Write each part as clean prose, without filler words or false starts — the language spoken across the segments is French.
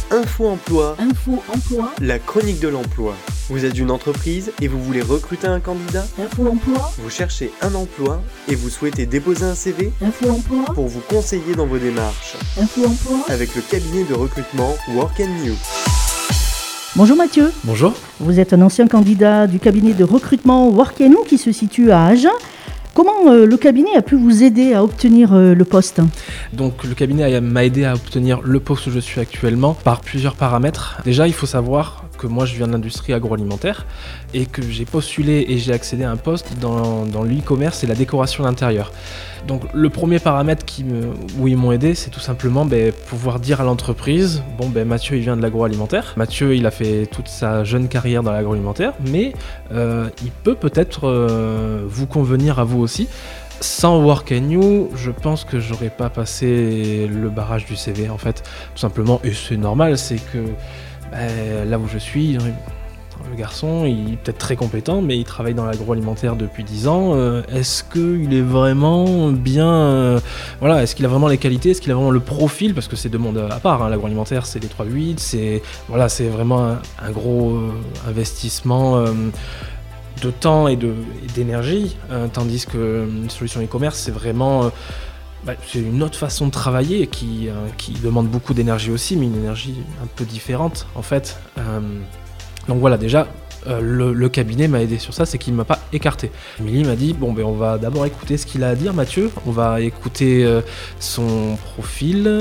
Info Emploi, Info Emploi, la chronique de l'emploi. Vous êtes une entreprise et vous voulez recruter un candidat ? Info Emploi, Vous cherchez un emploi et vous souhaitez déposer un CV ? Info Emploi, Pour vous conseiller dans vos démarches, Info Emploi. avec le cabinet de recrutement Work & New. Bonjour Mathieu, Bonjour. vous êtes un ancien candidat du cabinet de recrutement Work & New qui se situe à Agen. Comment le cabinet a pu vous aider à obtenir le poste ? Donc le cabinet m'a aidé à obtenir le poste où je suis actuellement par plusieurs paramètres. Déjà, il faut savoir que moi je viens de l'industrie agroalimentaire et que j'ai postulé et j'ai accédé à un poste dans l'e-commerce et la décoration d'intérieur. Donc le premier paramètre où ils m'ont aidé, c'est tout simplement pouvoir dire à l'entreprise, Mathieu il vient de l'agroalimentaire, Mathieu il a fait toute sa jeune carrière dans l'agroalimentaire, mais il peut peut-être vous convenir à vous aussi. Sans Work & New, je pense que j'aurais pas passé le barrage du CV en fait, tout simplement, et c'est normal, c'est que là où je suis, le garçon, il est peut-être très compétent, mais il travaille dans l'agroalimentaire depuis 10 ans. Est-ce qu'il est vraiment bien... est-ce qu'il a vraiment les qualités ? Est-ce qu'il a vraiment le profil ? Parce que c'est deux mondes à part, l'agroalimentaire, c'est les 3-8, c'est vraiment un gros investissement de temps et d'énergie, tandis que une solution e-commerce, c'est vraiment... c'est une autre façon de travailler qui demande beaucoup d'énergie aussi, mais une énergie un peu différente en fait. Donc voilà, déjà, le cabinet m'a aidé sur ça, c'est qu'il ne m'a pas écarté. Émilie m'a dit, on va d'abord écouter ce qu'il a à dire, Mathieu. On va écouter son profil,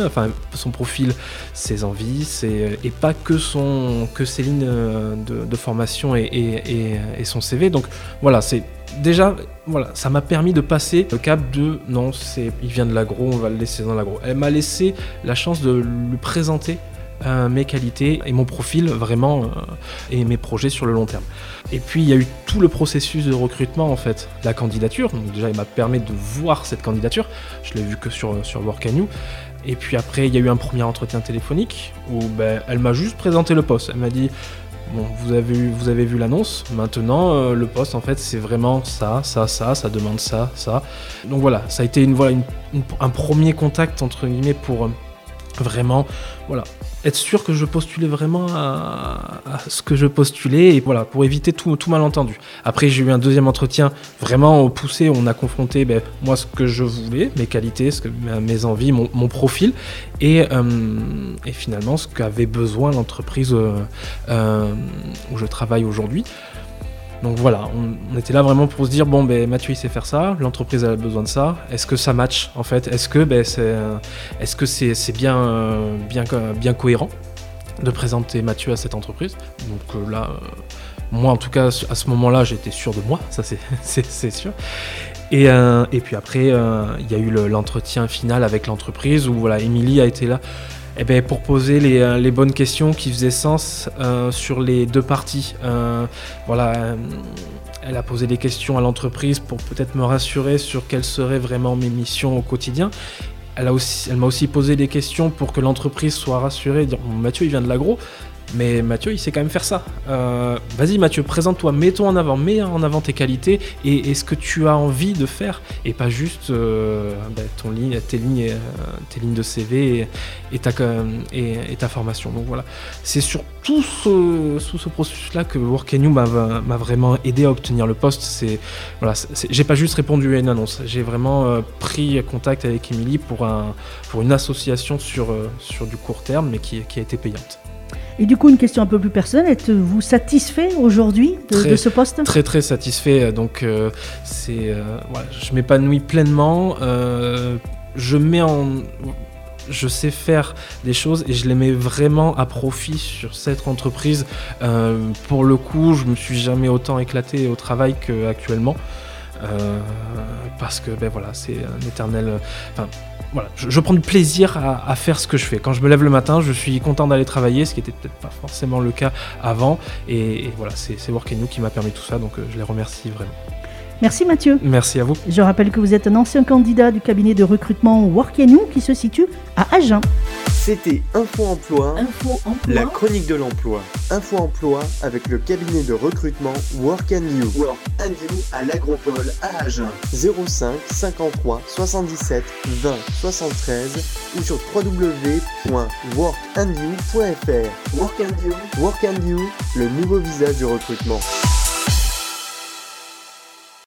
ses envies, et pas que ses lignes de formation et son CV. Donc voilà, ça m'a permis de passer le cap de non, il vient de l'agro, on va le laisser dans l'agro. Elle m'a laissé la chance de lui présenter mes qualités et mon profil vraiment et mes projets sur le long terme. Et puis il y a eu tout le processus de recrutement en fait, la candidature. Donc déjà il m'a permis de voir cette candidature, je l'ai vue que sur Work & New. Et puis après il y a eu un premier entretien téléphonique où elle m'a juste présenté le poste. Elle m'a dit vous avez vu l'annonce, maintenant le poste en fait c'est vraiment ça demande ça. Donc voilà, ça a été un premier contact entre guillemets pour vraiment être sûr que je postulais vraiment à ce que je postulais et pour éviter tout malentendu. Après j'ai eu un deuxième entretien vraiment poussé, on a confronté moi ce que je voulais, mes qualités, mes envies, mon profil et finalement ce qu'avait besoin l'entreprise où je travaille aujourd'hui. Donc voilà, on était là vraiment pour se dire Mathieu il sait faire ça, l'entreprise elle a besoin de ça, est-ce que ça match en fait, est-ce que c'est bien cohérent de présenter Mathieu à cette entreprise. Donc là, moi en tout cas à ce moment-là j'étais sûr de moi, ça c'est sûr. Et puis après il y a eu l'entretien final avec l'entreprise où Émilie a été là pour poser les bonnes questions qui faisaient sens sur les deux parties. Elle a posé des questions à l'entreprise pour peut-être me rassurer sur quelles seraient vraiment mes missions au quotidien. Elle m'a aussi posé des questions pour que l'entreprise soit rassurée, dire Mathieu il vient de l'agro, mais Mathieu il sait quand même faire ça. Vas-y Mathieu, présente-toi, mets en avant tes qualités et ce que tu as envie de faire et pas juste tes lignes de CV et ta formation. Donc voilà, c'est sur tout ce processus-là que Work & New m'a vraiment aidé à obtenir le poste. J'ai pas juste répondu à une annonce, j'ai vraiment pris contact avec Émilie pour une association sur du court terme mais qui a été payante. Et du coup, une question un peu plus personnelle, êtes-vous satisfait aujourd'hui de ce poste ? Très très satisfait, donc je m'épanouis pleinement, je sais faire des choses et je les mets vraiment à profit sur cette entreprise. Pour le coup, je me suis jamais autant éclaté au travail qu'actuellement. Parce que c'est un éternel... je prends du plaisir à faire ce que je fais. Quand je me lève le matin, je suis content d'aller travailler, ce qui était peut-être pas forcément le cas avant. Et c'est Work & New qui m'a permis tout ça, donc je les remercie vraiment. Merci Mathieu. Merci à vous. Je rappelle que vous êtes un ancien candidat du cabinet de recrutement Work & You qui se situe à Agen. C'était Info Emploi, Info la emploi. chronique de l'emploi. Info Emploi avec le cabinet de recrutement Work & You. Work & You à l'Agropole à Agen. 05 53 77 20 73 ou sur www.workandyou.fr. Work & You, le nouveau visage du recrutement.